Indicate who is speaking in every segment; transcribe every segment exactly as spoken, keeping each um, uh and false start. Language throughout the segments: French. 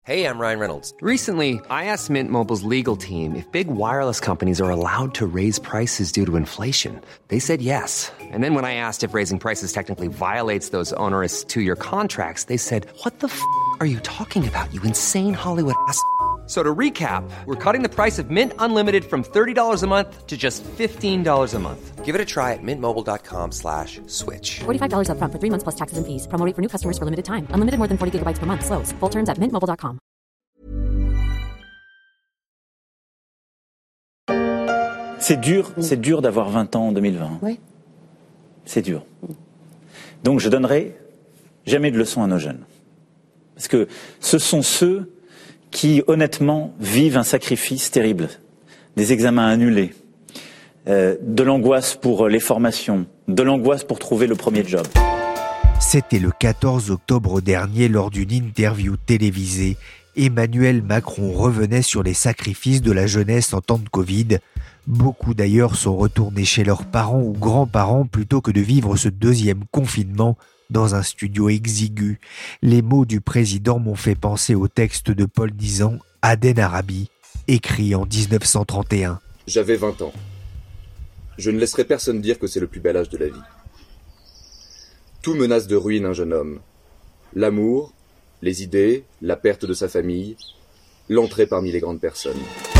Speaker 1: Hey, I'm Ryan Reynolds.
Speaker 2: Recently, I asked Mint Mobile's legal team if big wireless companies are allowed to raise prices due to inflation. They said yes. And then when I asked if raising prices technically violates those onerous two-year contracts, they said, what the f*** are you talking about, you insane Hollywood ass f- So to recap, we're cutting the price of Mint Unlimited from thirty dollars a month to just fifteen dollars a month.
Speaker 1: Give it a try at mintmobile.com slash switch.
Speaker 3: forty-five dollars up front for three months plus taxes and fees. Promo rate for new customers for limited time. Unlimited more than forty gigabytes per month. Slows full terms at mint mobile dot com.
Speaker 4: C'est dur, mmh. c'est dur d'avoir vingt ans en deux mille vingt.
Speaker 5: Oui.
Speaker 4: C'est dur. Donc je donnerai jamais de leçons à nos jeunes. Parce que ce sont ceux qui, honnêtement, vivent un sacrifice terrible. Des examens annulés, euh, de l'angoisse pour les formations, de l'angoisse pour trouver le premier job.
Speaker 6: C'était le quatorze octobre dernier lors d'une interview télévisée. Emmanuel Macron revenait sur les sacrifices de la jeunesse en temps de Covid. Beaucoup d'ailleurs sont retournés chez leurs parents ou grands-parents plutôt que de vivre ce deuxième confinement dans un studio exigu. Les mots du président m'ont fait penser au texte de Paul Nizan, Aden Arabi, écrit en dix-neuf cent trente et un.
Speaker 7: J'avais vingt ans. Je ne laisserai personne dire que c'est le plus bel âge de la vie. Tout menace de ruine un jeune homme. L'amour, les idées, la perte de sa famille, l'entrée parmi les grandes personnes.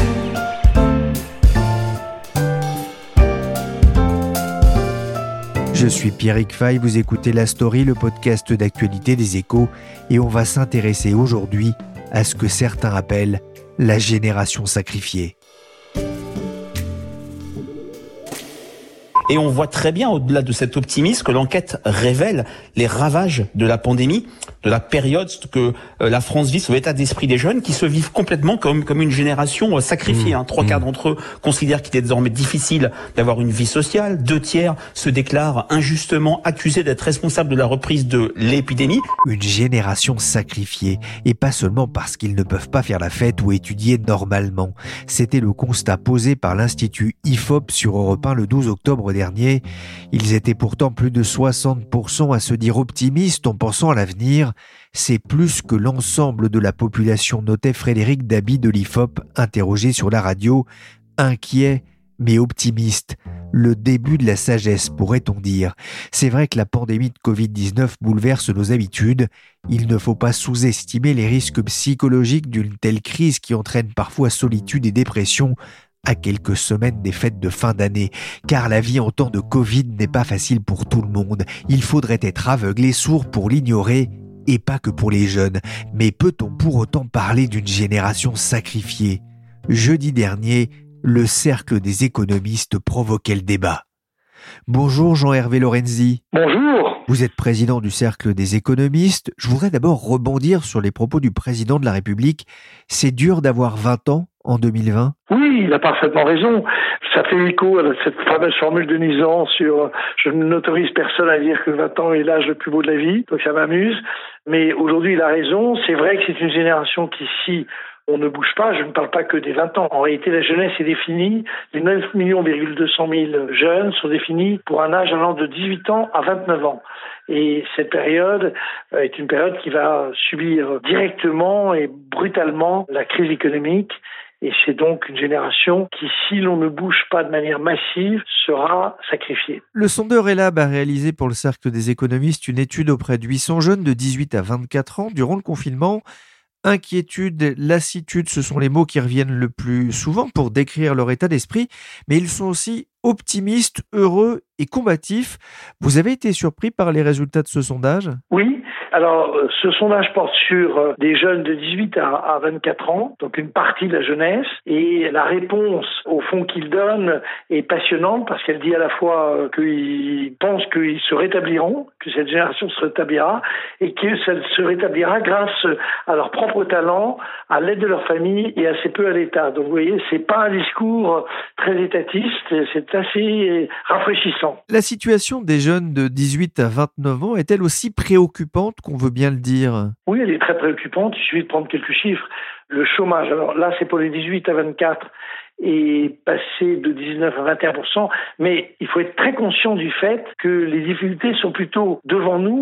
Speaker 6: Je suis Pierrick Fay, vous écoutez La Story, le podcast d'actualité des Échos, et on va s'intéresser aujourd'hui à ce que certains appellent la génération sacrifiée.
Speaker 8: Et on voit très bien, au-delà de cet optimisme, que l'enquête révèle les ravages de la pandémie, de la période que euh, la France vit sur l'état d'esprit des jeunes qui se vivent complètement comme comme une génération euh, sacrifiée. Hein. Trois mmh. quarts d'entre eux considèrent qu'il est désormais difficile d'avoir une vie sociale. Deux tiers se déclarent injustement accusés d'être responsables de la reprise de l'épidémie.
Speaker 6: Une génération sacrifiée, et pas seulement parce qu'ils ne peuvent pas faire la fête ou étudier normalement. C'était le constat posé par l'Institut I F O P sur Europe un le douze octobre dernier. Ils étaient pourtant plus de soixante pour cent à se dire optimistes en pensant à l'avenir. C'est plus que l'ensemble de la population, notait Frédéric Dabi de l'I F O P, interrogé sur la radio. Inquiet, mais optimiste. Le début de la sagesse, pourrait-on dire. C'est vrai que la pandémie de covid dix-neuf bouleverse nos habitudes. Il ne faut pas sous-estimer les risques psychologiques d'une telle crise qui entraîne parfois solitude et dépression à quelques semaines des fêtes de fin d'année. Car la vie en temps de Covid n'est pas facile pour tout le monde. Il faudrait être aveugle et sourd pour l'ignorer. Et pas que pour les jeunes, mais peut-on pour autant parler d'une génération sacrifiée ? Jeudi dernier, le cercle des économistes provoquait le débat. Bonjour Jean-Hervé Lorenzi.
Speaker 9: Bonjour.
Speaker 6: Vous êtes président du cercle des économistes. Je voudrais d'abord rebondir sur les propos du président de la République. C'est dur d'avoir vingt ans en deux mille vingt ?
Speaker 9: Oui, il a parfaitement raison. Ça fait écho à cette fameuse formule de Nizan sur « je n'autorise personne à dire que vingt ans est l'âge le plus beau de la vie », donc ça m'amuse. Mais aujourd'hui, il a raison. C'est vrai que c'est une génération qui, si on ne bouge pas, je ne parle pas que des vingt ans. En réalité, la jeunesse est définie. Les neuf millions deux cent mille jeunes sont définis pour un âge allant de dix-huit ans à vingt-neuf ans. Et cette période est une période qui va subir directement et brutalement la crise économique. Et c'est donc une génération qui, si l'on ne bouge pas de manière massive, sera sacrifiée.
Speaker 6: Le sondeur Ellab a réalisé pour le Cercle des économistes une étude auprès de huit cents jeunes de dix-huit à vingt-quatre ans durant le confinement. Inquiétude, lassitude, ce sont les mots qui reviennent le plus souvent pour décrire leur état d'esprit, mais ils sont aussi optimistes, heureux et combatifs. Vous avez été surpris par les résultats de ce sondage ?
Speaker 9: Oui. Alors, ce sondage porte sur des jeunes de dix-huit à vingt-quatre ans, donc une partie de la jeunesse, et la réponse, au fond, qu'il donne est passionnante parce qu'elle dit à la fois qu'ils pensent qu'ils se rétabliront, que cette génération se rétablira, et que ça se rétablira grâce à leur propre talent, à l'aide de leur famille et assez peu à l'État. Donc, vous voyez, c'est pas un discours très étatiste, c'est assez rafraîchissant.
Speaker 6: La situation des jeunes de dix-huit à vingt-neuf ans est-elle aussi préoccupante qu'on veut bien le dire ?
Speaker 9: Oui, elle est très préoccupante. Il suffit de prendre quelques chiffres. Le chômage, alors là, c'est pour les dix-huit à vingt-quatre, est passé de dix-neuf à vingt et un pour cent. Mais il faut être très conscient du fait que les difficultés sont plutôt devant nous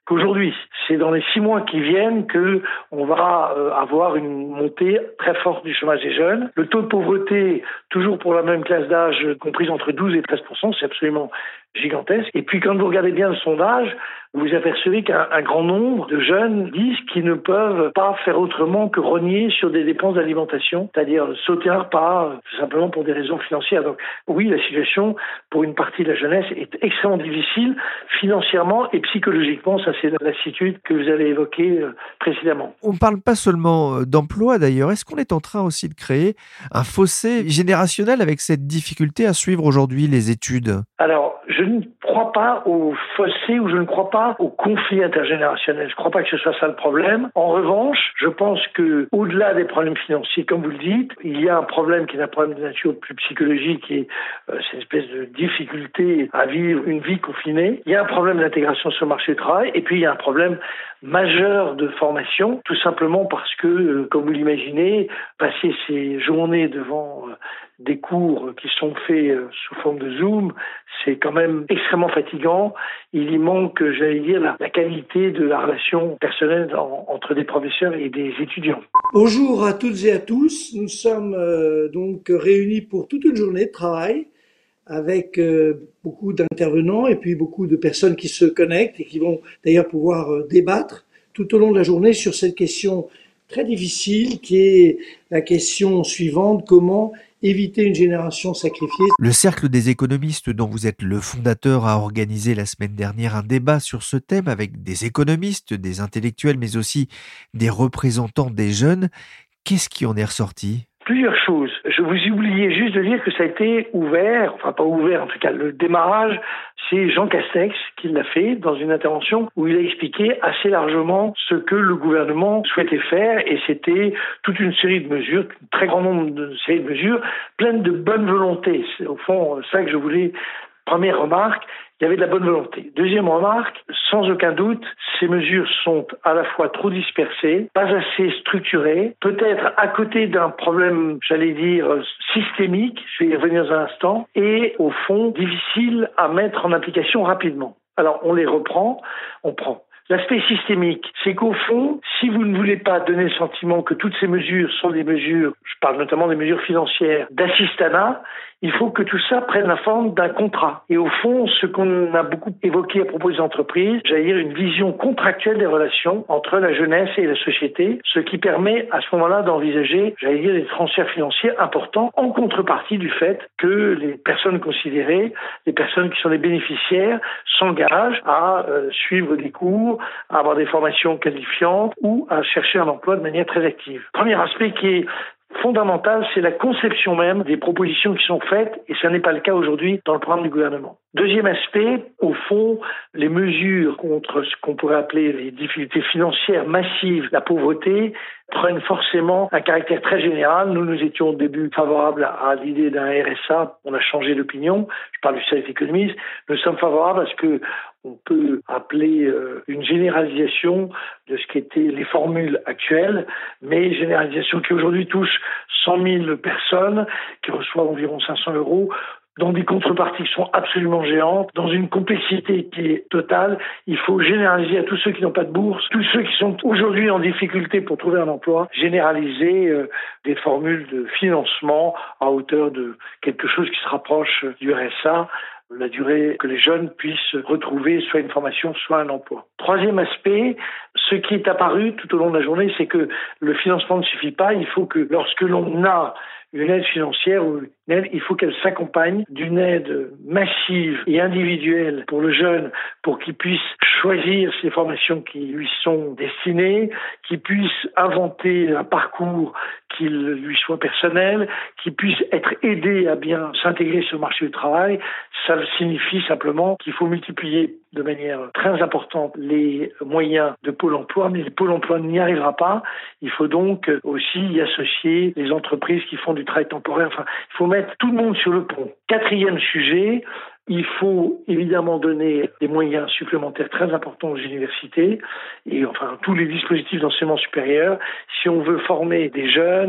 Speaker 9: qu'aujourd'hui. C'est dans les six mois qui viennent que on va euh, avoir une montée très forte du chômage des jeunes. Le taux de pauvreté, toujours pour la même classe d'âge, comprise entre douze et treize pour cent, c'est absolument gigantesque. Et puis quand vous regardez bien le sondage, vous apercevez qu'un un grand nombre de jeunes disent qu'ils ne peuvent pas faire autrement que rogner sur des dépenses d'alimentation, c'est-à-dire sauter un repas, tout simplement pour des raisons financières. Donc oui, la situation pour une partie de la jeunesse est extrêmement difficile, financièrement et psychologiquement. Ça, c'est la lassitude que vous avez évoquée précédemment.
Speaker 6: On ne parle pas seulement d'emploi d'ailleurs. Est-ce qu'on est en train aussi de créer un fossé générationnel avec cette difficulté à suivre aujourd'hui les études ?
Speaker 9: Alors, je ne crois pas au fossé ou je ne crois pas au conflit intergénérationnel. Je ne crois pas que ce soit ça le problème. En revanche, je pense que au-delà des problèmes financiers, comme vous le dites, il y a un problème qui est un problème de nature plus psychologique et euh, c'est une espèce de difficulté à vivre une vie confinée. Il y a un problème d'intégration sur le marché du travail et puis il y a un problème majeur de formation, tout simplement parce que, euh, comme vous l'imaginez, passer ces journées devant euh, des cours qui sont faits euh, sous forme de Zoom, c'est quand même extrêmement fatigant. Il y manque, j'allais dire, la, la qualité de la relation personnelle en, entre des professeurs et des étudiants.
Speaker 5: Bonjour à toutes et à tous. Nous sommes euh, donc réunis pour toute une journée de travail avec euh, beaucoup d'intervenants et puis beaucoup de personnes qui se connectent et qui vont d'ailleurs pouvoir euh, débattre tout au long de la journée sur cette question très difficile qui est la question suivante: comment éviter une génération sacrifiée?
Speaker 6: Le Cercle des économistes, dont vous êtes le fondateur, a organisé la semaine dernière un débat sur ce thème avec des économistes, des intellectuels, mais aussi des représentants des jeunes. Qu'est-ce qui en est ressorti ?
Speaker 9: Plusieurs choses. Je vous oubliais juste de dire que ça a été ouvert, enfin pas ouvert en tout cas, le démarrage, c'est Jean Castex qui l'a fait dans une intervention où il a expliqué assez largement ce que le gouvernement souhaitait faire et c'était toute une série de mesures, un très grand nombre de séries de mesures, pleines de bonne volonté. C'est au fond ça que je voulais. Première remarque, il y avait de la bonne volonté. Deuxième remarque, sans aucun doute, ces mesures sont à la fois trop dispersées, pas assez structurées, peut-être à côté d'un problème, j'allais dire, systémique, je vais y revenir dans un instant, et au fond, difficile à mettre en application rapidement. Alors, on les reprend, on prend. L'aspect systémique, c'est qu'au fond, si vous ne voulez pas donner le sentiment que toutes ces mesures sont des mesures, je parle notamment des mesures financières, d'assistanat, il faut que tout ça prenne la forme d'un contrat. Et au fond, ce qu'on a beaucoup évoqué à propos des entreprises, j'allais dire une vision contractuelle des relations entre la jeunesse et la société, ce qui permet à ce moment-là d'envisager, j'allais dire, des transferts financiers importants en contrepartie du fait que les personnes considérées, les personnes qui sont les bénéficiaires, s'engagent à euh, suivre des cours, à avoir des formations qualifiantes ou à chercher un emploi de manière très active. Premier aspect qui est fondamental, c'est la conception même des propositions qui sont faites, et ce n'est pas le cas aujourd'hui dans le programme du gouvernement. Deuxième aspect, au fond, les mesures contre ce qu'on pourrait appeler les difficultés financières massives, la pauvreté, prennent forcément un caractère très général. Nous, nous étions au début favorables à l'idée d'un R S A. On a changé d'opinion. Je parle du Cercle économiste. Nous sommes favorables à ce que on peut appeler euh, une généralisation de ce qu'étaient les formules actuelles, mais généralisation qui aujourd'hui touche cent mille personnes, qui reçoivent environ cinq cents euros, dans des contreparties qui sont absolument géantes, dans une complexité qui est totale. Il faut généraliser à tous ceux qui n'ont pas de bourse, tous ceux qui sont aujourd'hui en difficulté pour trouver un emploi, généraliser euh, des formules de financement à hauteur de quelque chose qui se rapproche du R S A, la durée que les jeunes puissent retrouver soit une formation, soit un emploi. Troisième aspect, ce qui est apparu tout au long de la journée, c'est que le financement ne suffit pas. Il faut que lorsque l'on a une aide financière ou une aide, il faut qu'elle s'accompagne d'une aide massive et individuelle pour le jeune, pour qu'il puisse choisir ces formations qui lui sont destinées, qu'il puisse inventer un parcours qui lui soit personnel, qu'il puisse être aidé à bien s'intégrer sur le marché du travail. Ça signifie simplement qu'il faut multiplier de manière très importante les moyens de Pôle emploi, mais le Pôle emploi n'y arrivera pas. Il faut donc aussi y associer les entreprises qui font du travail temporaire. Enfin, il faut mettre tout le monde sur le pont. Quatrième sujet, il faut évidemment donner des moyens supplémentaires très importants aux universités et enfin tous les dispositifs d'enseignement supérieur. Si on veut former des jeunes,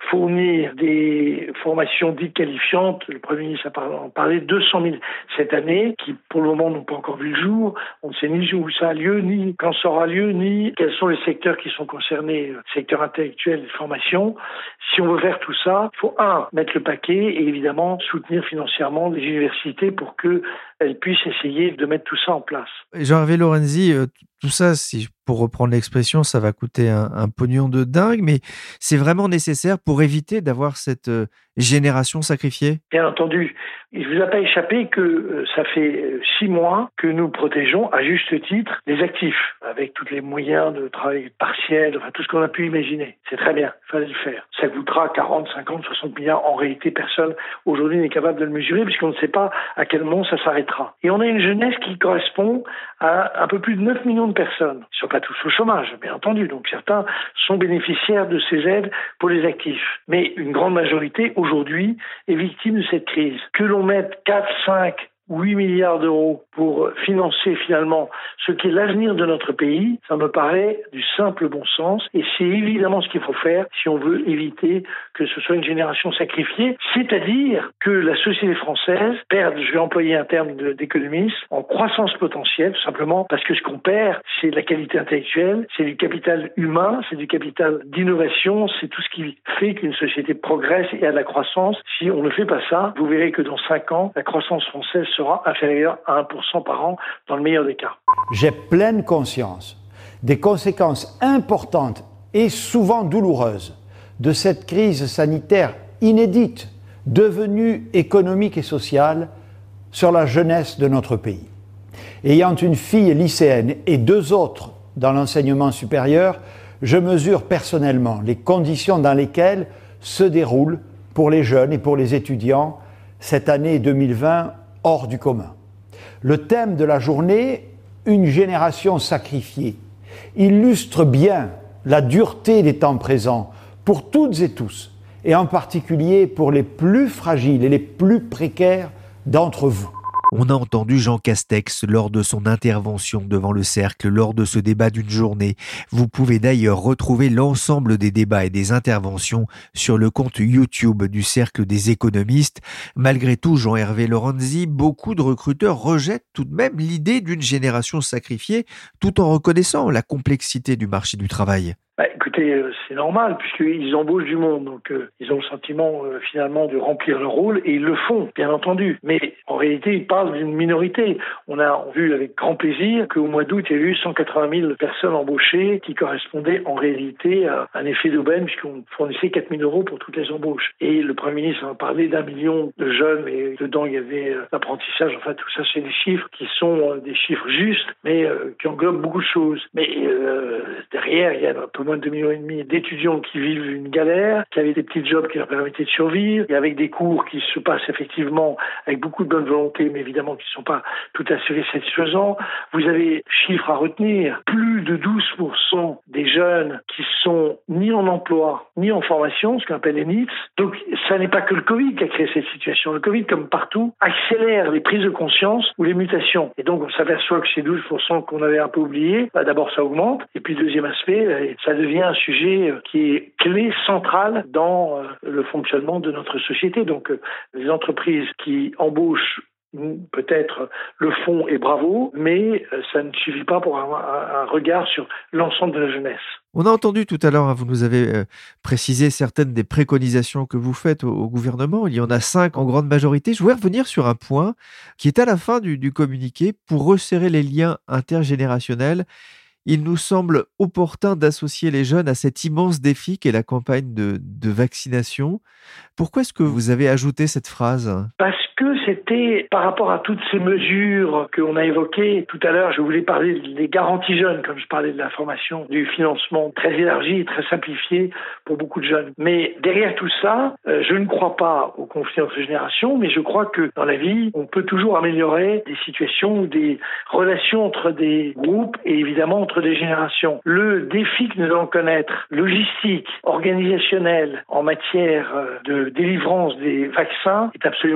Speaker 9: fournir des formations dites qualifiantes. Le Premier ministre a en parlé, deux cent mille cette année, qui pour le moment n'ont pas encore vu le jour. On ne sait ni où ça a lieu, ni quand ça aura lieu, ni quels sont les secteurs qui sont concernés, secteur intellectuel et formation. Si on veut faire tout ça, il faut, un, mettre le paquet et évidemment soutenir financièrement les universités pour qu'elles puissent essayer de mettre tout ça en place.
Speaker 6: Jean-Hervé Lorenzi, euh, tout ça, si, pour reprendre l'expression, ça va coûter un, un pognon de dingue, mais c'est vraiment nécessaire pour éviter d'avoir cette euh, génération sacrifiée?
Speaker 9: Bien entendu. Il ne vous a pas échappé que euh, ça fait six mois que nous protégeons à juste titre les actifs, avec tous les moyens de travail partiel, enfin tout ce qu'on a pu imaginer. C'est très bien, il fallait le faire. Ça coûtera quarante, cinquante, soixante milliards. En réalité, personne aujourd'hui n'est capable de le mesurer puisqu'on ne sait pas à quel moment ça s'arrêtera. Et on a une jeunesse qui correspond à un peu plus de neuf millions de personnes. Ils ne sont pas tous au chômage, bien entendu. Donc certains sont bénéficiaires de ces aides pour les actifs. Mais une grande majorité, aujourd'hui, est victime de cette crise. Que l'on mette quatre, cinq, huit milliards d'euros pour financer finalement ce qui est l'avenir de notre pays, ça me paraît du simple bon sens et c'est évidemment ce qu'il faut faire si on veut éviter que ce soit une génération sacrifiée, c'est-à-dire que la société française perde, je vais employer un terme de, d'économiste, en croissance potentielle, tout simplement parce que ce qu'on perd, c'est de la qualité intellectuelle, c'est du capital humain, c'est du capital d'innovation, c'est tout ce qui fait qu'une société progresse et a de la croissance. Si on ne fait pas ça, vous verrez que dans cinq ans, la croissance française sera inférieure à un pour cent par an dans le meilleur des cas.
Speaker 10: J'ai pleine conscience des conséquences importantes et souvent douloureuses de cette crise sanitaire inédite, devenue économique et sociale, sur la jeunesse de notre pays. Ayant une fille lycéenne et deux autres dans l'enseignement supérieur, je mesure personnellement les conditions dans lesquelles se déroule pour les jeunes et pour les étudiants cette année deux mille vingt hors du commun. Le thème de la journée, une génération sacrifiée, illustre bien la dureté des temps présents pour toutes et tous, et en particulier pour les plus fragiles et les plus précaires d'entre vous.
Speaker 6: On a entendu Jean Castex lors de son intervention devant le Cercle, lors de ce débat d'une journée. Vous pouvez d'ailleurs retrouver l'ensemble des débats et des interventions sur le compte YouTube du Cercle des économistes. Malgré tout, Jean-Hervé Lorenzi, beaucoup de recruteurs rejettent tout de même l'idée d'une génération sacrifiée, tout en reconnaissant la complexité du marché du travail.
Speaker 9: Bah, écoutez, euh, c'est normal puisqu'ils embauchent du monde, donc euh, ils ont le sentiment euh, finalement de remplir leur rôle et ils le font, bien entendu. Mais en réalité, ils parlent d'une minorité. On a vu avec grand plaisir qu'au mois d'août, il y a eu cent quatre-vingt mille personnes embauchées qui correspondaient en réalité à un effet d'aubaine puisqu'on fournissait quatre mille euros pour toutes les embauches. Et le Premier ministre a parlé d'un million de jeunes et dedans il y avait euh, l'apprentissage. Enfin, tout ça, c'est des chiffres qui sont euh, des chiffres justes, mais euh, qui englobent beaucoup de choses. Mais euh, derrière, il y a un peu moins de deux millions et demi d'étudiants qui vivent une galère, qui avaient des petits jobs qui leur permettaient de survivre, et avec des cours qui se passent effectivement avec beaucoup de bonne volonté, mais évidemment qui ne sont pas tout à fait satisfaisants. Vous avez, chiffre à retenir, plus de douze pour cent des jeunes qui sont ni en emploi, ni en formation, ce qu'on appelle les N I T S. Donc, ça n'est pas que le Covid qui a créé cette situation. Le Covid, comme partout, accélère les prises de conscience ou les mutations. Et donc, on s'aperçoit que ces douze pour cent qu'on avait un peu oubliés, bah, d'abord, ça augmente. Et puis, deuxième aspect, ça devient un sujet qui est clé, central dans le fonctionnement de notre société. Donc, les entreprises qui embauchent peut-être le font et bravo, mais ça ne suffit pas pour avoir un regard sur l'ensemble de la jeunesse.
Speaker 6: On a entendu tout à l'heure, hein, vous nous avez euh, précisé certaines des préconisations que vous faites au, au gouvernement. Il y en a cinq en grande majorité. Je voudrais revenir sur un point qui est à la fin du, du communiqué. Pour resserrer les liens intergénérationnels, il nous semble opportun d'associer les jeunes à cet immense défi qu'est la campagne de, de vaccination. Pourquoi est-ce que vous avez ajouté cette phrase ?
Speaker 9: Parce que c'était par rapport à toutes ces mesures qu'on a évoquées tout à l'heure. Je voulais parler des garanties jeunes, comme je parlais de la formation, du financement très élargi et très simplifié pour beaucoup de jeunes. Mais derrière tout ça, euh, je ne crois pas au conflit entre générations, mais je crois que dans la vie, on peut toujours améliorer des situations ou des relations entre des groupes et évidemment entre des générations. Le défi que nous allons connaître, logistique, organisationnel, en matière de délivrance des vaccins, est absolument géant.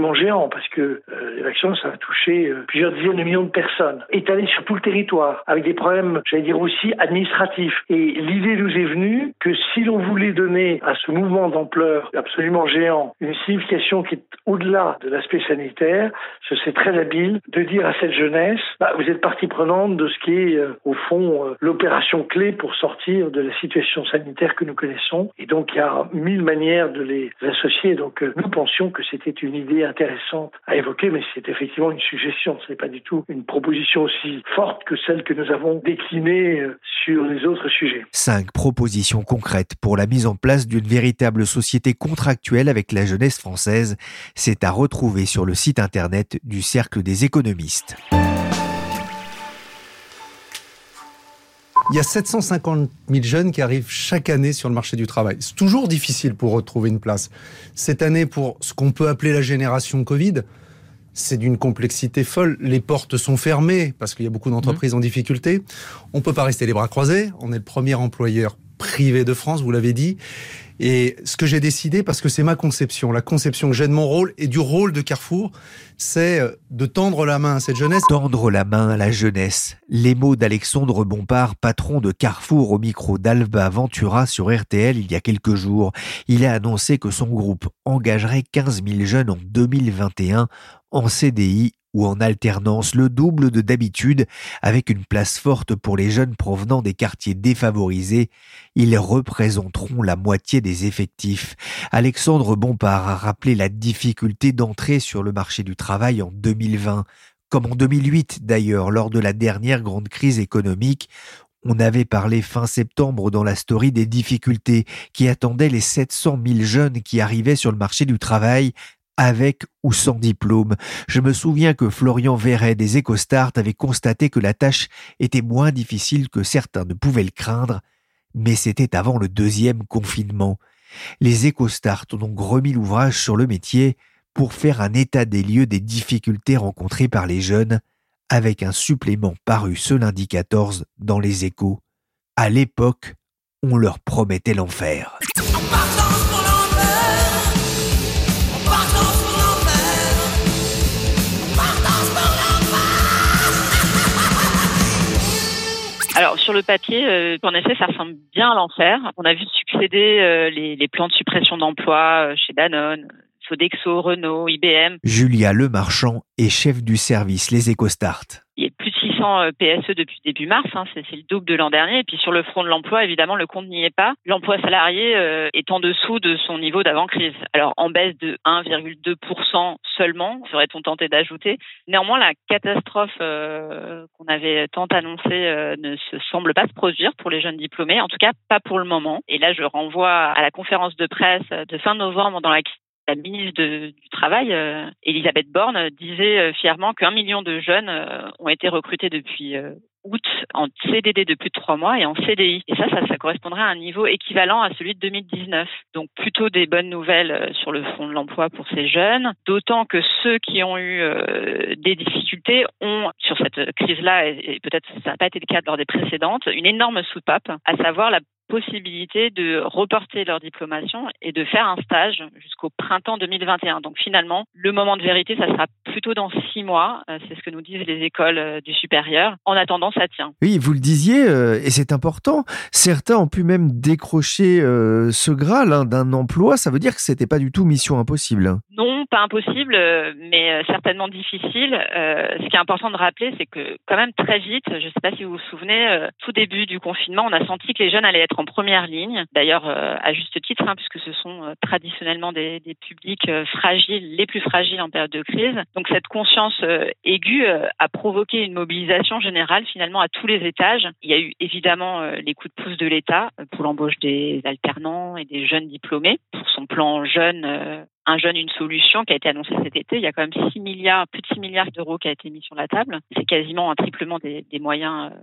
Speaker 9: important parce que euh, les vaccins, ça va toucher euh, plusieurs dizaines de millions de personnes, étalées sur tout le territoire, avec des problèmes, j'allais dire aussi, administratifs. Et l'idée nous est venue que si l'on voulait donner à ce mouvement d'ampleur absolument géant une signification qui est au-delà de l'aspect sanitaire, ce serait très habile de dire à cette jeunesse, bah, vous êtes partie prenante de ce qui est, euh, au fond, euh, l'opération clé pour sortir de la situation sanitaire que nous connaissons. Et donc, il y a mille manières de les associer. Donc, euh, nous pensions que c'était une idée intéressante à évoquer, mais c'est effectivement une suggestion. Ce n'est pas du tout une proposition aussi forte que celle que nous avons déclinée euh, sur les autres sujets.
Speaker 6: Cinq propositions concrètes pour la mise en place d'une véritable société contractuelle avec la jeunesse française. C'est à retrouver sur le site internet du Cercle des économistes.
Speaker 11: Il y a sept cent cinquante mille jeunes qui arrivent chaque année sur le marché du travail. C'est toujours difficile pour eux de trouver une place. Cette année, pour ce qu'on peut appeler la génération Covid, c'est d'une complexité folle. Les portes sont fermées parce qu'il y a beaucoup d'entreprises mmh. en difficulté. On ne peut pas rester les bras croisés. On est le premier employeur privé de France, vous l'avez dit. Et ce que j'ai décidé, parce que c'est ma conception, la conception que j'ai de mon rôle et du rôle de Carrefour, c'est de tendre la main à cette jeunesse.
Speaker 6: Tendre la main à la jeunesse. Les mots d'Alexandre Bompard, patron de Carrefour au micro d'Alba Ventura sur R T L il y a quelques jours. Il a annoncé que son groupe engagerait quinze mille jeunes en deux mille vingt et un en C D I ou en alternance, le double de d'habitude, avec une place forte pour les jeunes provenant des quartiers défavorisés. Ils représenteront la moitié des effectifs. Alexandre Bompard a rappelé la difficulté d'entrer sur le marché du travail en deux mille vingt. Comme en deux mille huit d'ailleurs, lors de la dernière grande crise économique, on avait parlé fin septembre dans la story des difficultés qui attendaient les sept cent mille jeunes qui arrivaient sur le marché du travail, avec ou sans diplôme. Je me souviens que Florian Verret des EcoStart avait constaté que la tâche était moins difficile que certains ne pouvaient le craindre, mais c'était avant le deuxième confinement. Les EcoStart ont donc remis l'ouvrage sur le métier pour faire un état des lieux des difficultés rencontrées par les jeunes, avec un supplément paru ce lundi quatorze dans les Échos. À l'époque, on leur promettait l'enfer.
Speaker 12: Alors sur le papier, euh, en effet, ça ressemble bien à l'enfer. On a vu succéder euh, les, les plans de suppression d'emplois euh, chez Danone, Sodexo, Renault, I B M.
Speaker 6: Julia Lemarchand est chef du service Les EcoStart.
Speaker 12: Il y a plus de six cents P S E depuis début mars, hein, c'est, c'est le double de l'an dernier. Et puis sur le front de l'emploi, évidemment, le compte n'y est pas. L'emploi salarié euh, est en dessous de son niveau d'avant-crise. Alors en baisse de un virgule deux pour cent seulement, serait-on tenté d'ajouter. Néanmoins, la catastrophe euh, qu'on avait tant annoncée euh, ne se semble pas se produire pour les jeunes diplômés, en tout cas pas pour le moment. Et là, je renvoie à la conférence de presse de fin novembre dans laquelle la ministre de, du Travail, euh, Elisabeth Borne, disait euh, fièrement qu'un million de jeunes euh, ont été recrutés depuis euh, août en C D D de plus de trois mois et en C D I. Et ça, ça, ça correspondrait à un niveau équivalent à celui de deux mille dix-neuf. Donc plutôt des bonnes nouvelles euh, sur le front de l'emploi pour ces jeunes, d'autant que ceux qui ont eu euh, des difficultés ont, sur cette crise-là, et, et peut-être ça n'a pas été le cas lors des précédentes, une énorme soupape, à savoir la possibilité de reporter leur diplomation et de faire un stage jusqu'au printemps deux mille vingt et un. Donc finalement, le moment de vérité, ça sera plutôt dans six mois. C'est ce que nous disent les écoles du supérieur. En attendant, ça tient.
Speaker 6: Oui, vous le disiez, euh, et c'est important, certains ont pu même décrocher euh, ce Graal hein, d'un emploi. Ça veut dire que c'était pas du tout mission impossible.
Speaker 12: Non, pas impossible, mais certainement difficile. Euh, ce qui est important de rappeler, c'est que quand même très vite, je ne sais pas si vous vous souvenez, euh, tout début du confinement, on a senti que les jeunes allaient être en première ligne. D'ailleurs, euh, à juste titre, hein, puisque ce sont euh, traditionnellement des, des publics euh, fragiles, les plus fragiles en période de crise. Donc cette conscience euh, aiguë euh, a provoqué une mobilisation générale finalement à tous les étages. Il y a eu évidemment euh, les coups de pouce de l'État euh, pour l'embauche des alternants et des jeunes diplômés, pour son plan jeune. Euh, Un jeune, une solution qui a été annoncée cet été. Il y a quand même six milliards, plus de six milliards d'euros qui a été mis sur la table. C'est quasiment un triplement des, des moyens euh,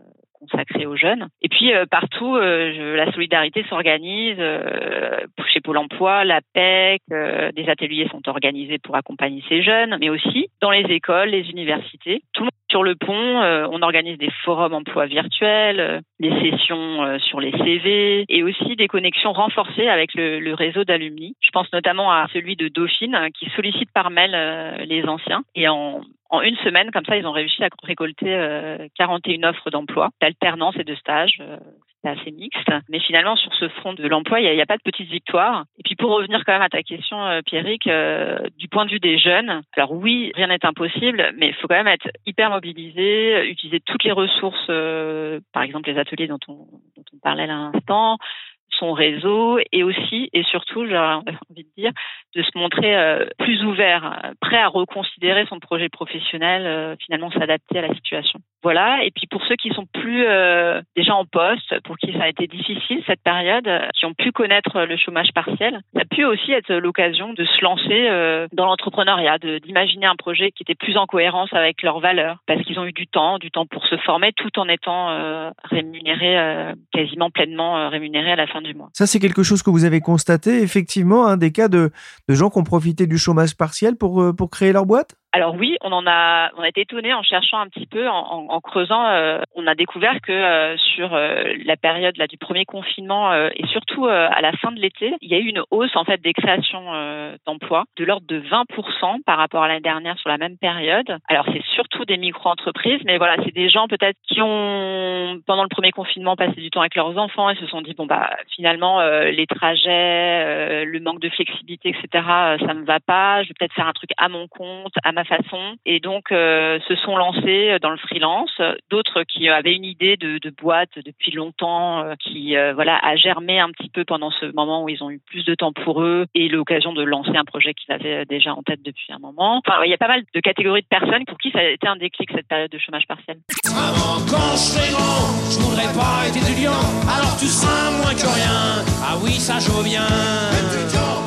Speaker 12: consacrée aux jeunes. Et puis euh, partout, euh, je, la solidarité s'organise. Euh, chez Pôle emploi, l'A P E C, euh, des ateliers sont organisés pour accompagner ces jeunes, mais aussi dans les écoles, les universités. Tout le monde sur le pont, euh, on organise des forums emploi virtuels, euh, des sessions euh, sur les C V et aussi des connexions renforcées avec le, le réseau d'alumni. Je pense notamment à celui de Dauphine qui sollicite par mail euh, les anciens et en En une semaine, comme ça, ils ont réussi à récolter euh, quarante et une offres d'emploi, d'alternance et de stage. Euh, c'était assez mixte. Mais finalement, sur ce front de l'emploi, il n'y a, a pas de petites victoires. Et puis, pour revenir quand même à ta question, euh, Pierrick, euh, du point de vue des jeunes, alors oui, rien n'est impossible, mais il faut quand même être hyper mobilisé, utiliser toutes les ressources, euh, par exemple les ateliers dont on, dont on parlait à l'instant, son réseau et aussi et surtout, j'aurais envie de dire, de se montrer euh, plus ouvert, prêt à reconsidérer son projet professionnel, euh, finalement s'adapter à la situation. Voilà. Et puis pour ceux qui sont plus euh, déjà en poste, pour qui ça a été difficile cette période, qui ont pu connaître le chômage partiel, ça a pu aussi être l'occasion de se lancer euh, dans l'entrepreneuriat, de, d'imaginer un projet qui était plus en cohérence avec leurs valeurs, parce qu'ils ont eu du temps, du temps pour se former, tout en étant euh, rémunérés, euh, quasiment pleinement euh, rémunérés à la fin du mois.
Speaker 6: Ça, c'est quelque chose que vous avez constaté, effectivement, hein, des cas de, de gens qui ont profité du chômage partiel pour, pour créer leur boîte ?
Speaker 12: Alors oui, on en a, on a été étonnés en cherchant un petit peu, en, en, en creusant. Euh, on a découvert que euh, sur euh, la période là du premier confinement euh, et surtout euh, à la fin de l'été, il y a eu une hausse en fait des créations euh, d'emplois de l'ordre de vingt pour cent par rapport à l'année dernière sur la même période. Alors c'est surtout des micro-entreprises, mais voilà, c'est des gens peut-être qui ont pendant le premier confinement passé du temps avec leurs enfants et se sont dit bon bah finalement euh, les trajets, euh, le manque de flexibilité, et cetera. Ça me va pas. Je vais peut-être faire un truc à mon compte, à ma façon, et donc euh, se sont lancés dans le freelance. D'autres qui avaient une idée de, de boîte depuis longtemps, euh, qui euh, voilà a germé un petit peu pendant ce moment où ils ont eu plus de temps pour eux et l'occasion de lancer un projet qu'ils avaient déjà en tête depuis un moment. Enfin, il y a pas mal de catégories de personnes pour qui ça a été un déclic cette période de chômage partiel.
Speaker 13: Avant, quand je serai grand, je voudrais pas être étudiant, alors tu seras moins que rien. Ah oui, ça je reviens. Étudiant,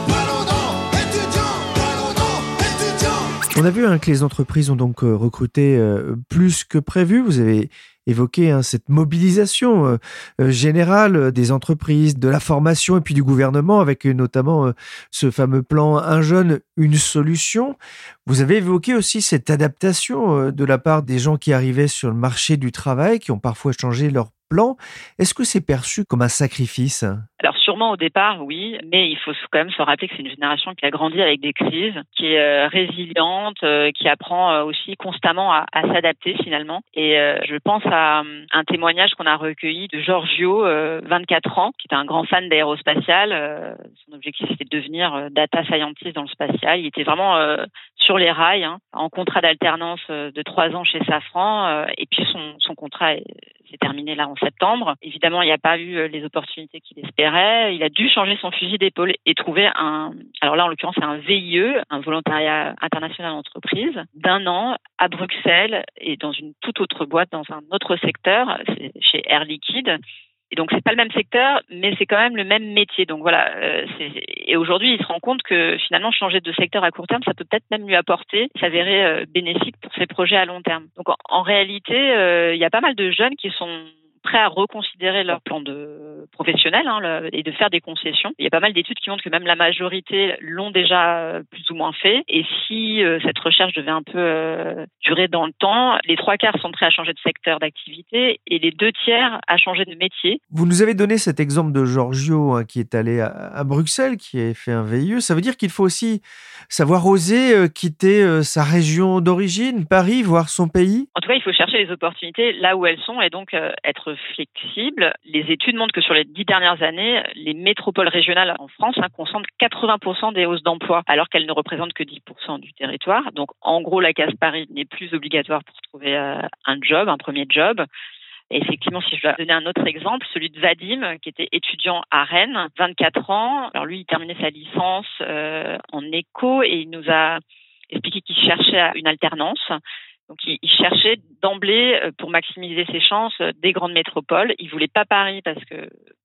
Speaker 6: On a vu hein, que les entreprises ont donc euh, recruté euh, plus que prévu. Vous avez évoqué hein, cette mobilisation euh, euh, générale des entreprises, de la formation et puis du gouvernement avec euh, notamment euh, ce fameux plan Un jeune, une solution. Vous avez évoqué aussi cette adaptation euh, de la part des gens qui arrivaient sur le marché du travail, qui ont parfois changé leur plan. Est-ce que c'est perçu comme un sacrifice ?
Speaker 12: Alors sûrement au départ, oui, mais il faut quand même se rappeler que c'est une génération qui a grandi avec des crises, qui est euh, résiliente, euh, qui apprend euh, aussi constamment à, à s'adapter finalement. Et euh, je pense à um, un témoignage qu'on a recueilli de Giorgio, euh, vingt-quatre ans, qui est un grand fan d'aérospatial. Euh, son objectif c'était de devenir euh, data scientist dans le spatial. Il était vraiment euh, sur les rails, hein, en contrat d'alternance euh, de trois ans chez Safran, euh, et puis son, son contrat est C'est terminé là en septembre. Évidemment, il n'y a pas eu les opportunités qu'il espérait. Il a dû changer son fusil d'épaule et trouver un... Alors là, en l'occurrence, c'est un V I E, un volontariat international d'entreprise, d'un an à Bruxelles et dans une toute autre boîte, dans un autre secteur, c'est chez Air Liquide. Et donc, c'est pas le même secteur, mais c'est quand même le même métier. Donc voilà. Euh, c'est... Et aujourd'hui, il se rend compte que finalement, changer de secteur à court terme, ça peut peut-être même lui apporter, s'avérer euh, bénéfique pour ses projets à long terme. Donc en, en réalité, euh, il y a pas mal de jeunes qui sont prêts à reconsidérer leur plan de professionnel hein, le, et de faire des concessions. Il y a pas mal d'études qui montrent que même la majorité l'ont déjà plus ou moins fait. Et si euh, cette recherche devait un peu euh, durer dans le temps, les trois quarts sont prêts à changer de secteur d'activité et les deux tiers à changer de métier.
Speaker 6: Vous nous avez donné cet exemple de Giorgio hein, qui est allé à, à Bruxelles, qui a fait un V I E. Ça veut dire qu'il faut aussi savoir oser euh, quitter euh, sa région d'origine, Paris, voire son pays.
Speaker 12: En tout cas, il faut chercher les opportunités là où elles sont et donc euh, être flexible. Les études montrent que sur les dix dernières années, les métropoles régionales en France hein, concentrent quatre-vingts pour cent des hausses d'emploi, alors qu'elles ne représentent que dix pour cent du territoire. Donc, en gros, la case Paris n'est plus obligatoire pour trouver euh, un job, un premier job. Et effectivement, si je dois donner un autre exemple, celui de Vadim, qui était étudiant à Rennes, vingt-quatre ans. Alors lui, il terminait sa licence euh, en éco et il nous a expliqué qu'il cherchait une alternance. Donc, il cherchait d'emblée, pour maximiser ses chances, des grandes métropoles. Il voulait pas Paris parce que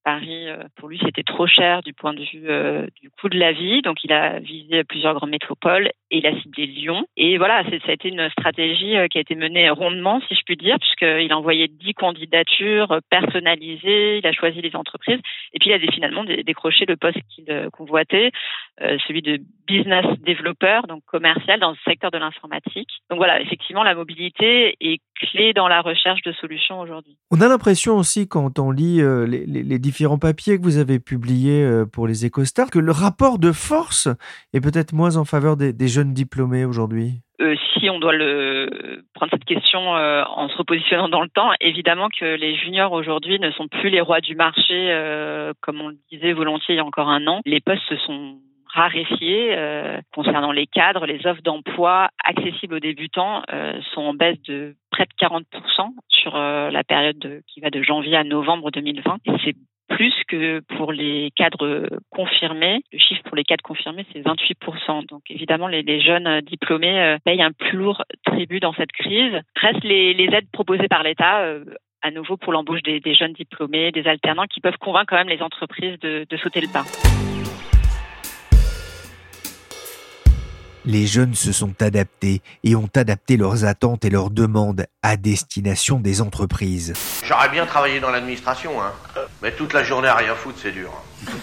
Speaker 12: Paris, euh, pour lui, c'était trop cher du point de vue euh, du coût de la vie. Donc, il a visé plusieurs grandes métropoles et il a ciblé Lyon. Et voilà, c'est, ça a été une stratégie euh, qui a été menée rondement, si je puis dire, puisqu'il a envoyé dix candidatures personnalisées, il a choisi les entreprises et puis il a finalement décroché le poste qu'il euh, convoitait, euh, celui de business developer, donc commercial dans le secteur de l'informatique. Donc voilà, effectivement, la mobilité est clé dans la recherche de solutions aujourd'hui.
Speaker 6: On a l'impression aussi, quand on lit euh, les, les, les différents papiers que vous avez publiés euh, pour les EcoStart, que le rapport de force est peut-être moins en faveur des, des jeunes diplômés aujourd'hui.
Speaker 12: Euh, si on doit le prendre cette question euh, en se repositionnant dans le temps, évidemment que les juniors aujourd'hui ne sont plus les rois du marché, euh, comme on le disait volontiers il y a encore un an. Les postes se sont raréfiés euh, concernant les cadres, les offres d'emploi accessibles aux débutants euh, sont en baisse de près de quarante pour cent sur euh, la période de, qui va de janvier à novembre deux mille vingt. Et c'est plus que pour les cadres confirmés. Le chiffre pour les cadres confirmés, c'est vingt-huit pour cent. Donc évidemment, les, les jeunes diplômés euh, payent un plus lourd tribut dans cette crise. Restent les, les aides proposées par l'État, euh, à nouveau pour l'embauche des, des jeunes diplômés, des alternants, qui peuvent convaincre quand même les entreprises de, de sauter le pas.
Speaker 6: Les jeunes se sont adaptés et ont adapté leurs attentes et leurs demandes à destination des entreprises.
Speaker 14: J'aurais bien travaillé dans l'administration, hein. Mais toute la journée à rien foutre, c'est dur.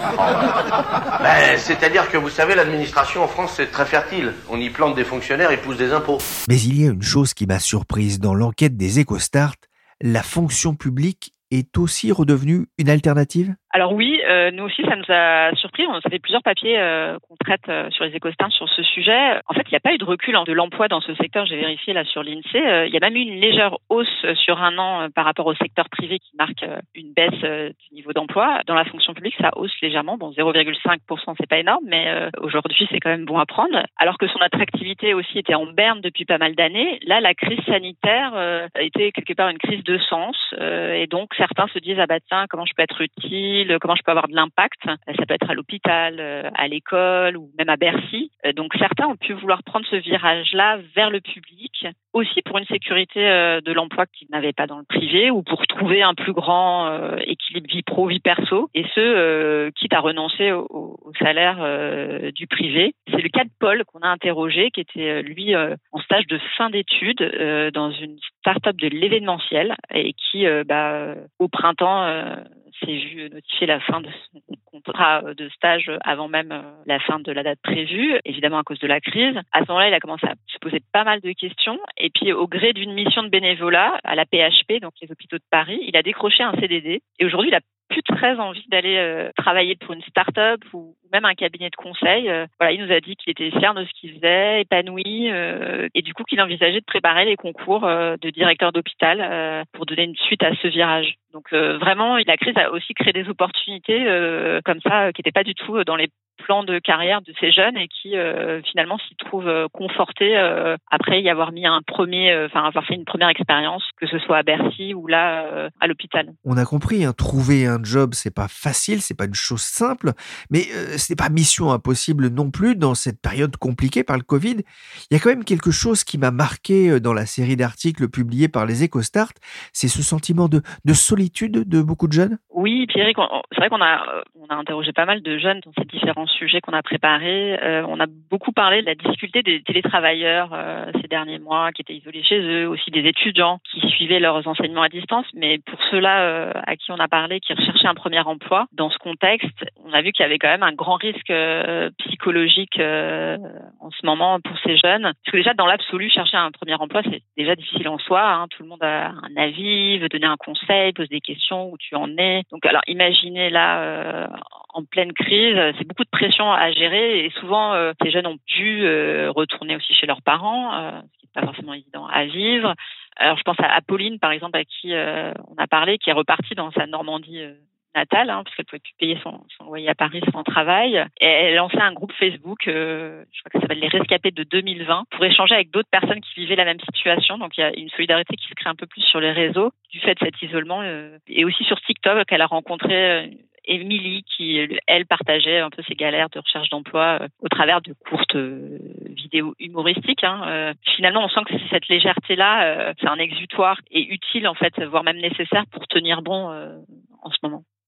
Speaker 14: Ben, c'est-à-dire que vous savez, l'administration en France, c'est très fertile. On y plante des fonctionnaires et pousse des impôts.
Speaker 6: Mais il y a une chose qui m'a surprise dans l'enquête des EcoStart, la fonction publique est aussi redevenue une alternative ?
Speaker 12: Alors oui, euh, nous aussi, ça nous a surpris. On a fait plusieurs papiers euh, qu'on traite euh, sur les EcoStart sur ce sujet. En fait, il n'y a pas eu de recul hein, de l'emploi dans ce secteur. J'ai vérifié là sur l'INSEE. Euh, il y a même eu une légère hausse sur un an euh, par rapport au secteur privé qui marque euh, une baisse euh, du niveau d'emploi. Dans la fonction publique, ça hausse légèrement. Bon, zéro virgule cinq pour cent, c'est pas énorme, mais euh, aujourd'hui, c'est quand même bon à prendre. Alors que son attractivité aussi était en berne depuis pas mal d'années. Là, la crise sanitaire euh, a été quelque part une crise de sens. Euh, et donc, certains se disent, ah bah tiens, comment je peux être utile ? Comment je peux avoir de l'impact. Ça peut être à l'hôpital, à l'école ou même à Bercy. Donc certains ont pu vouloir prendre ce virage-là vers le public, aussi pour une sécurité de l'emploi qu'ils n'avaient pas dans le privé ou pour trouver un plus grand équilibre vie pro, vie perso, et ce, quitte à renoncer au, au salaire du privé. C'est le cas de Paul qu'on a interrogé, qui était lui en stage de fin d'études dans une start-up de l'événementiel et qui, bah, au printemps, s'est vu notifier la fin de son contrat de stage avant même la fin de la date prévue, évidemment à cause de la crise. À ce moment-là, il a commencé à se poser pas mal de questions et puis au gré d'une mission de bénévolat à la P H P, donc les hôpitaux de Paris, il a décroché un C D D et aujourd'hui, il a plus très envie d'aller euh, travailler pour une start-up ou même un cabinet de conseil. Euh, voilà, il nous a dit qu'il était fier de ce qu'il faisait, épanoui, euh, et du coup qu'il envisageait de préparer les concours euh, de directeur d'hôpital euh, pour donner une suite à ce virage. Donc euh, vraiment, la crise a aussi créé des opportunités euh, comme ça, euh, qui n'étaient pas du tout dans les plans de carrière de ces jeunes et qui euh, finalement s'y trouvent euh, confortés euh, après y avoir mis un premier, enfin euh, avoir fait une première expérience, que ce soit à Bercy ou là euh, à l'hôpital.
Speaker 6: On a compris, hein, trouver un job, c'est pas facile, c'est pas une chose simple, mais euh, c'est pas mission impossible non plus dans cette période compliquée par le Covid. Il y a quand même quelque chose qui m'a marqué dans la série d'articles publiés par les EcoStart, c'est ce sentiment de, de solitude de beaucoup de jeunes.
Speaker 12: Oui, Pierrick, c'est vrai qu'on a, on a interrogé pas mal de jeunes dans ces différents sujets qu'on a préparés. Euh, on a beaucoup parlé de la difficulté des télétravailleurs euh, ces derniers mois, qui étaient isolés chez eux, aussi des étudiants qui suivaient leurs enseignements à distance. Mais pour ceux-là euh, à qui on a parlé, qui recherchaient un premier emploi, dans ce contexte, on a vu qu'il y avait quand même un grand risque euh, psychologique euh, en ce moment pour ces jeunes. Parce que déjà, dans l'absolu, chercher un premier emploi, c'est déjà difficile en soi. Hein. Tout le monde a un avis, veut donner un conseil, pose des questions, où tu en es. Donc, alors, imaginez là, euh, en pleine crise, c'est beaucoup de pression à gérer et souvent, euh, ces jeunes ont dû euh, retourner aussi chez leurs parents, euh, ce qui n'est pas forcément évident à vivre. Alors, je pense à Apolline, par exemple, à qui euh, on a parlé, qui est repartie dans sa Normandie euh, natale, hein, parce qu'elle pouvait plus payer son, son loyer à Paris sans travail. Et elle lançait un groupe Facebook, euh, je crois que ça s'appelle Les Rescapés de deux mille vingt, pour échanger avec d'autres personnes qui vivaient la même situation. Donc il y a une solidarité qui se crée un peu plus sur les réseaux du fait de cet isolement. Euh, et aussi sur TikTok, elle a rencontré euh, Émilie qui, elle, partageait un peu ses galères de recherche d'emploi euh, au travers de courtes euh, vidéos humoristiques. Hein. Euh, finalement, on sent que cette légèreté-là, euh, c'est un exutoire et utile, en fait, voire même nécessaire pour tenir bon euh, en ce moment.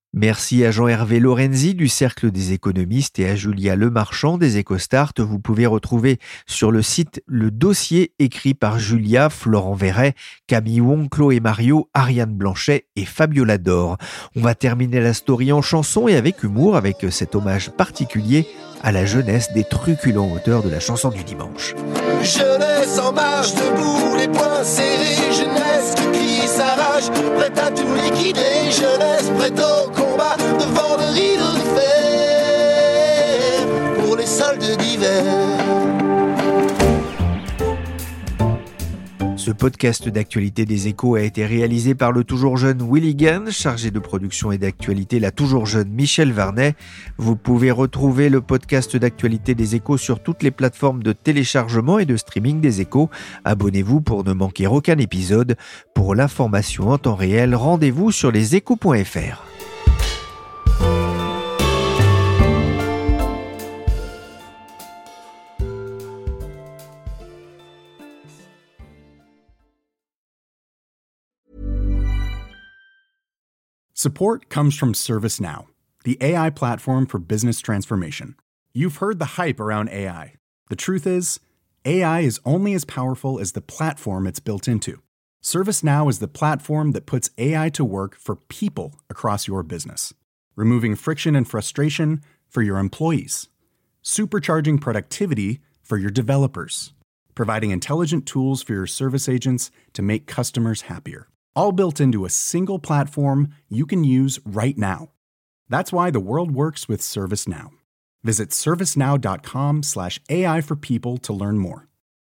Speaker 6: Merci à Jean-Hervé Lorenzi du Cercle des économistes et à Julia Lemarchand des EcoStart. Vous pouvez retrouver sur le site le dossier écrit par Julia, Florent Verret, Camille Wong, Chloé Mario, Ariane Blanchet et Fabiola Dor. On va terminer la story en chanson et avec humour, avec cet hommage particulier à la jeunesse des truculents auteurs de la chanson du dimanche.
Speaker 13: Jeunesse en marche, debout, les poings serrés. Jeunesse qui s'arrache, prête à tout liquider. Jeunesse prête au combat, devant le rideau de fer, pour les soldes d'hiver.
Speaker 6: Ce podcast d'actualité des Échos a été réalisé par le toujours jeune Willy Gann, chargé de production et d'actualité la toujours jeune Michel Varnet. Vous pouvez retrouver le podcast d'actualité des Échos sur toutes les plateformes de téléchargement et de streaming des Échos. Abonnez-vous pour ne manquer aucun épisode. Pour l'information en temps réel, rendez-vous sur leséchos point f r.
Speaker 15: Support comes from ServiceNow, the A I platform for business transformation. You've heard the hype around A I. The truth is, A I is only as powerful as the platform it's built into. ServiceNow is the platform that puts A I to work for people across your business, removing friction and frustration for your employees, supercharging productivity for your developers, providing intelligent tools for your service agents to make customers happier. All built into a single platform you can use right now. That's why the world works with ServiceNow. Visit servicenow.com slash AI for people to learn more.